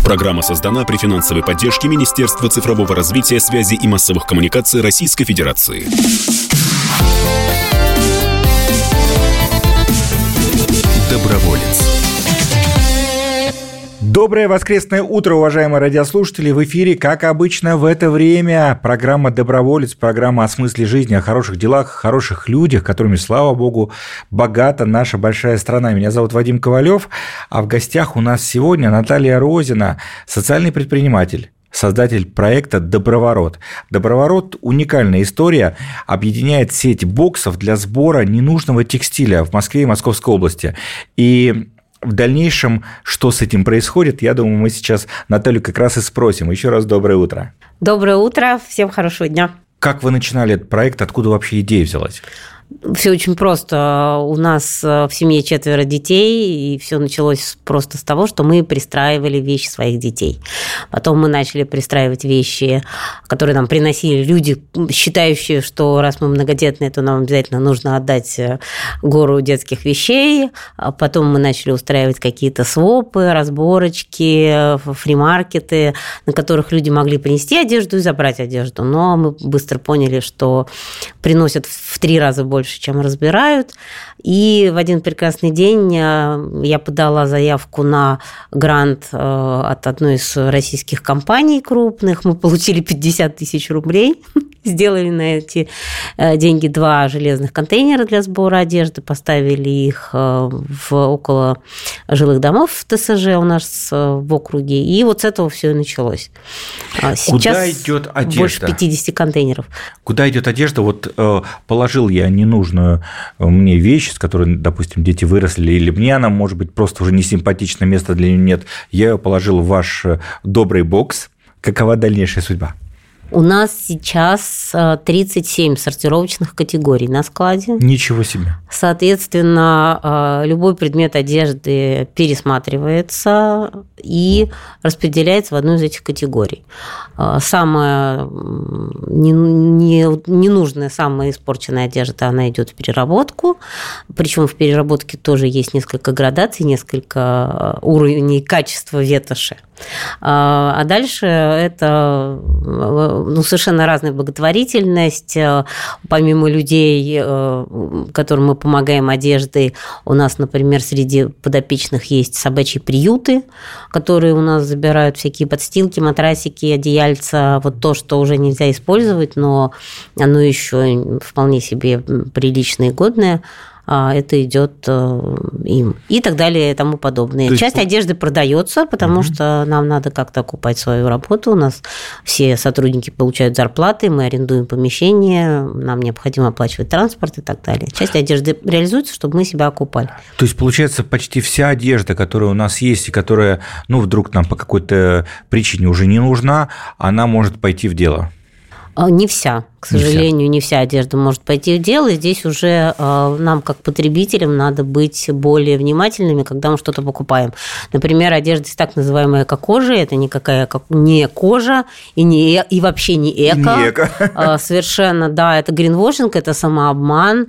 Программа создана при финансовой поддержке Министерства цифрового развития, связи и массовых коммуникаций Российской Федерации. Доброволец. Доброе воскресное утро, уважаемые радиослушатели. В эфире, как обычно, в это время программа «Доброволец», программа о смысле жизни, о хороших делах, о хороших людях, которыми, слава богу, богата наша большая страна. Меня зовут Вадим Ковалев, а в гостях у нас сегодня Наталья Розина, социальный предприниматель, создатель проекта «Доброворот». «Доброворот» – уникальная история, объединяет сеть боксов для сбора ненужного текстиля в Москве и Московской области. И в дальнейшем, что с этим происходит, я думаю, мы сейчас Наталью как раз и спросим. Еще раз доброе утро. Доброе утро, всем хорошего дня. Как вы начинали этот проект, откуда вообще идея взялась? Все очень просто. У нас в семье 4 детей, и все началось просто с того, что мы пристраивали вещи своих детей. Потом мы начали пристраивать вещи, которые нам приносили люди, считающие, что раз мы многодетные, то нам обязательно нужно отдать гору детских вещей. Потом мы начали устраивать какие-то свопы, разборочки, фримаркеты, на которых люди могли принести одежду и забрать одежду. Но мы быстро поняли, что приносят в 3 раза больше, чем разбирают. И в один прекрасный день я подала заявку на грант от одной из российских компаний крупных. Мы получили 50 тысяч рублей. Сделали на эти деньги 2 железных контейнера для сбора одежды, поставили их около жилых домов в ТСЖ у нас в округе. И вот с этого все и началось. Сейчас куда идет одежда? Больше 50 контейнеров. Куда идет одежда? Вот положил я ненужную мне вещь, с которой, допустим, дети выросли, или мне она, может быть, просто уже не симпатична, места для нее нет. Я ее положил в ваш добрый бокс. Какова дальнейшая судьба? У нас сейчас 37 сортировочных категорий на складе. Ничего себе. Соответственно, любой предмет одежды пересматривается и распределяется в одну из этих категорий. Самая ненужная, самая испорченная одежда, она идет в переработку. Причем в переработке тоже есть несколько градаций, несколько уровней качества ветоши. А дальше это совершенно разная благотворительность. Помимо людей, которым мы помогаем одеждой, у нас, например, среди подопечных есть собачьи приюты, которые у нас забирают всякие подстилки, матрасики, одеяльца, вот то, что уже нельзя использовать, но оно еще вполне себе приличное и годное. Это идет им. И так далее, и тому подобное. Часть одежды продается, потому что нам надо как-то окупать свою работу. У нас все сотрудники получают зарплаты, мы арендуем помещение, нам необходимо оплачивать транспорт и так далее. Часть одежды реализуется, чтобы мы себя окупали. То есть, получается, почти вся одежда, которая у нас есть, и которая, вдруг нам по какой-то причине уже не нужна, она может пойти в дело? Не вся. К сожалению, не вся одежда может пойти в дело. И здесь уже нам, как потребителям, надо быть более внимательными, когда мы что-то покупаем. Например, одежда так называемая эко-кожа, это никакая не кожа и вообще не эко. Не эко. Совершенно, да, это гринвошинг, это самообман.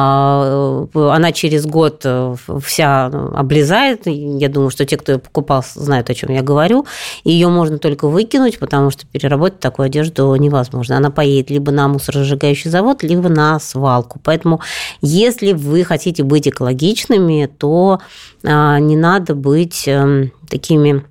Она через год вся облезает. Я думаю, что те, кто ее покупал, знают, о чем я говорю. Ее можно только выкинуть, потому что переработать такую одежду невозможно. Она поедет либо на мусоросжигающий завод, либо на свалку. Поэтому, если вы хотите быть экологичными, то не надо быть такими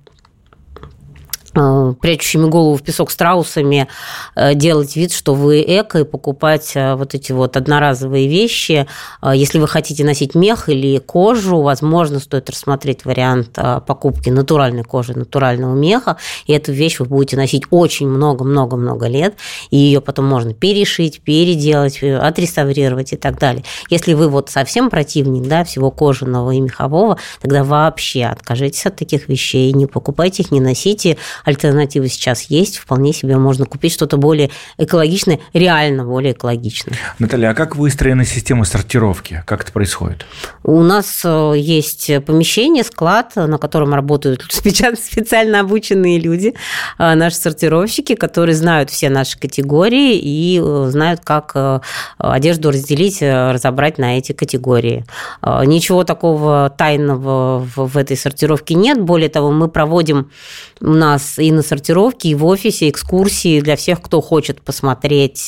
прячущими голову в песок страусами, делать вид, что вы эко, и покупать вот эти вот одноразовые вещи. Если вы хотите носить мех или кожу, возможно, стоит рассмотреть вариант покупки натуральной кожи, натурального меха, и эту вещь вы будете носить очень много-много-много лет, и ее потом можно перешить, переделать, отреставрировать и так далее. Если вы вот совсем противник, да, всего кожаного и мехового, тогда вообще откажитесь от таких вещей, не покупайте их, не носите. альтернативы сейчас есть, вполне себе можно купить что-то более экологичное, реально более экологичное. Наталья, а как выстроена система сортировки? Как это происходит? У нас есть помещение, склад, на котором работают специально обученные люди, наши сортировщики, которые знают все наши категории и знают, как одежду разделить, разобрать на эти категории. Ничего такого тайного в этой сортировке нет. Более того, мы проводим у нас и на сортировке, и в офисе экскурсии для всех, кто хочет посмотреть,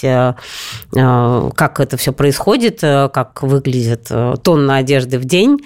как это все происходит, как выглядит тонна одежды в день.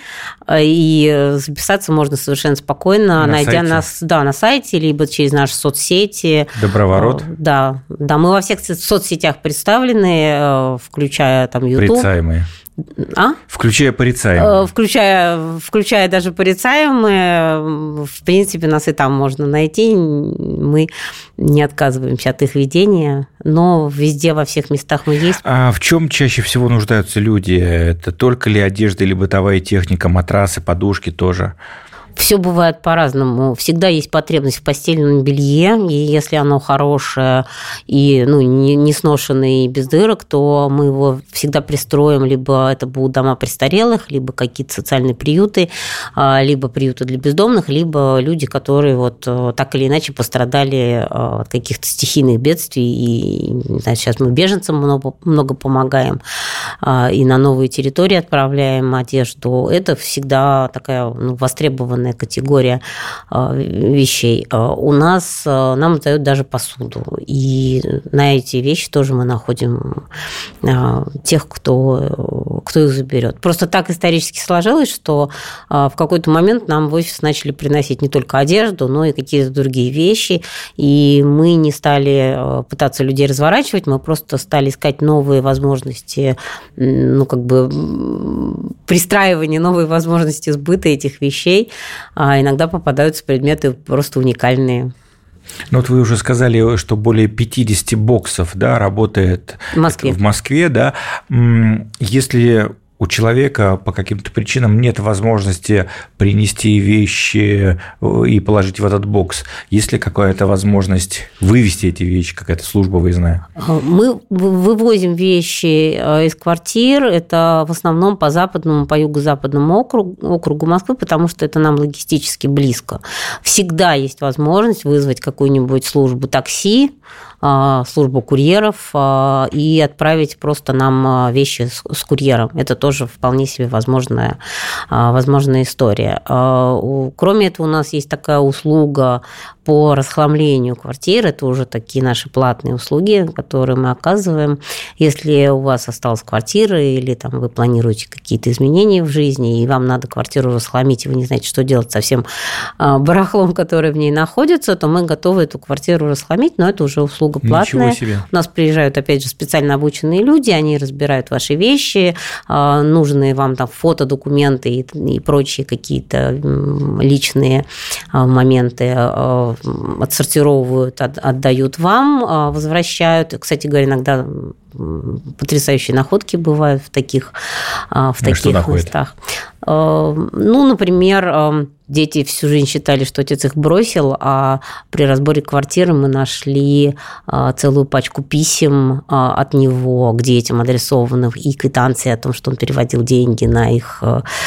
И записаться можно совершенно спокойно, найдя нас на сайте, либо через наши соцсети. Доброворот. Да, мы во всех соцсетях представлены, включая там YouTube. Порицаемые. Включая порицаемые. Включая даже порицаемые. В принципе, нас и там можно найти. Мы не отказываемся от их ведения, но везде, во всех местах мы есть. А в чем чаще всего нуждаются люди? Это только ли одежда или бытовая техника, матрасы, подушки тоже? Все бывает по-разному. Всегда есть потребность в постельном белье, и если оно хорошее и не сношенное и без дырок, то мы его всегда пристроим, либо это будут дома престарелых, либо какие-то социальные приюты, либо приюты для бездомных, либо люди, которые вот так или иначе пострадали от каких-то стихийных бедствий. И сейчас мы беженцам много помогаем, и на новые территории отправляем одежду. Это всегда такая востребованная категория вещей. У нас нам дают даже посуду. И на эти вещи тоже мы находим тех, кто их заберет. Просто так исторически сложилось, что в какой-то момент нам в офис начали приносить не только одежду, но и какие-то другие вещи. И мы не стали пытаться людей разворачивать, мы просто стали искать новые возможности, пристраивания, новые возможности сбыта этих вещей. А иногда попадаются предметы просто уникальные. Ну, вот вы уже сказали, что более 50 боксов, работает в Москве, да. Если у человека по каким-то причинам нет возможности принести вещи и положить в этот бокс, есть ли какая-то возможность вывести эти вещи, какая-то служба выездная? Мы вывозим вещи из квартир, это в основном по западному, по юго-западному округу Москвы, потому что это нам логистически близко. Всегда есть возможность вызвать какую-нибудь службу такси, службу курьеров и отправить просто нам вещи с курьером. Это тоже вполне себе возможная история. Кроме этого, у нас есть такая услуга по расхламлению квартир. Это уже такие наши платные услуги, которые мы оказываем. Если у вас осталась квартира или там, вы планируете какие-то изменения в жизни, и вам надо квартиру расхламить, и вы не знаете, что делать со всем барахлом, который в ней находится, то мы готовы эту квартиру расхламить, но это уже услуга платная. У нас приезжают, опять же, специально обученные люди, они разбирают ваши вещи, нужные вам там фото, документы и прочие какие-то личные моменты отсортировывают, отдают вам, возвращают. Кстати говоря, иногда потрясающие находки бывают в таких местах. Например, дети всю жизнь считали, что отец их бросил, а при разборе квартиры мы нашли целую пачку писем от него к детям адресованных и квитанции о том, что он переводил деньги на их,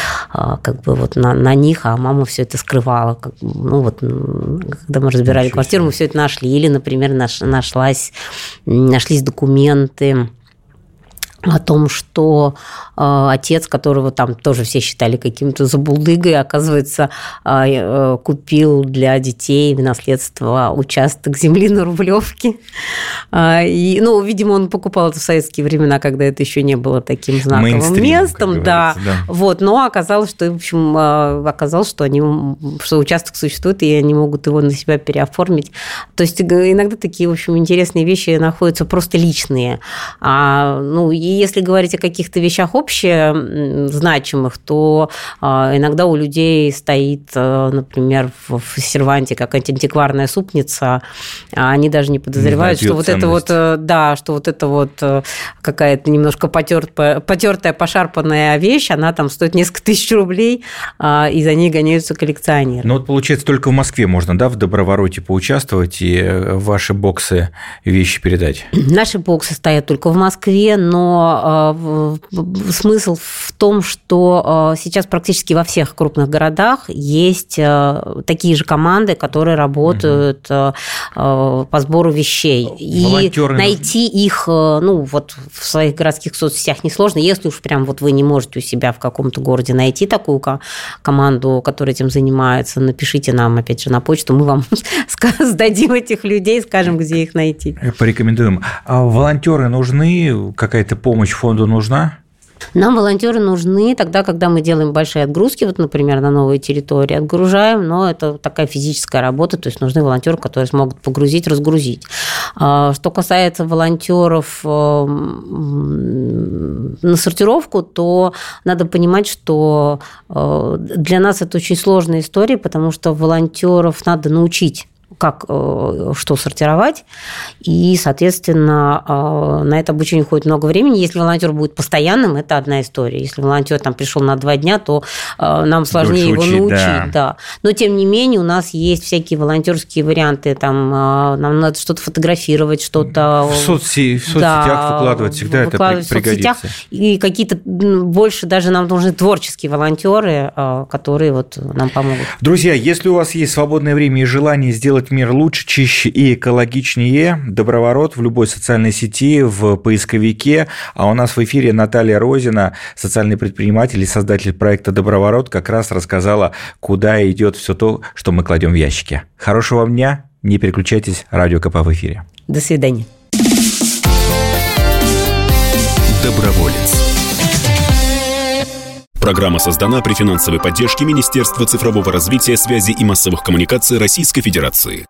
на них, а мама все это скрывала. Когда мы разбирали квартиру, мы все это нашли. Или, например, нашлись документы о том, что отец, которого там тоже все считали каким-то забулдыгой, оказывается, купил для детей в наследство участок земли на Рублевке. Видимо, он покупал это в советские времена, когда это еще не было таким знаковым местом. Да. Но оказалось, что, что участок существует, и они могут его на себя переоформить. То есть иногда такие, в общем, интересные вещи находятся просто личные. И если говорить о каких-то вещах общезначимых, то иногда у людей стоит, например, в серванте какая-то антикварная супница, они даже не подозревают, что вот это вот, да, что вот это вот какая-то немножко потертая, пошарпанная вещь, она там стоит несколько тысяч рублей, и за ней гоняются коллекционеры. Ну вот получается, только в Москве можно, да, в добровороте поучаствовать и в ваши боксы вещи передать? Наши боксы стоят только в Москве, но смысл в том, что сейчас практически во всех крупных городах есть такие же команды, которые работают по сбору вещей. Волонтеры. И найти их, ну, вот в своих городских соцсетях несложно. Если уж прям вот вы не можете у себя в каком-то городе найти такую команду, которая этим занимается, напишите нам, опять же, на почту, мы вам сдадим этих людей, скажем, где их найти. Порекомендуем. А волонтеры нужны? Какая-то помощь фонду нужна? Нам волонтеры нужны тогда, когда мы делаем большие отгрузки, вот, например, на новые территории отгружаем, но это такая физическая работа, то есть нужны волонтеры, которые смогут погрузить, разгрузить. Что касается волонтеров на сортировку, то надо понимать, что для нас это очень сложная история, потому что волонтеров надо научить, как что сортировать, и, соответственно, на это обучение уходит много времени. Если волонтер будет постоянным, это одна история. Если волонтер там пришел на 2 дня, то нам сложнее его научить. Да. Но, тем не менее, у нас есть всякие волонтерские варианты. Там, нам надо что-то фотографировать, что-то... В соцсетях выкладывать всегда это пригодится. И какие-то больше даже нам нужны творческие волонтеры, которые вот нам помогут. Друзья, если у вас есть свободное время и желание сделать мир лучше, чище и экологичнее, Доброворот в любой социальной сети, в поисковике. А у нас в эфире Наталья Розина, социальный предприниматель и создатель проекта Доброворот, как раз рассказала, куда идет все то, что мы кладем в ящики. Хорошего вам дня, не переключайтесь, Радио КП в эфире. До свидания. Доброволец. Программа создана при финансовой поддержке Министерства цифрового развития, связи и массовых коммуникаций Российской Федерации.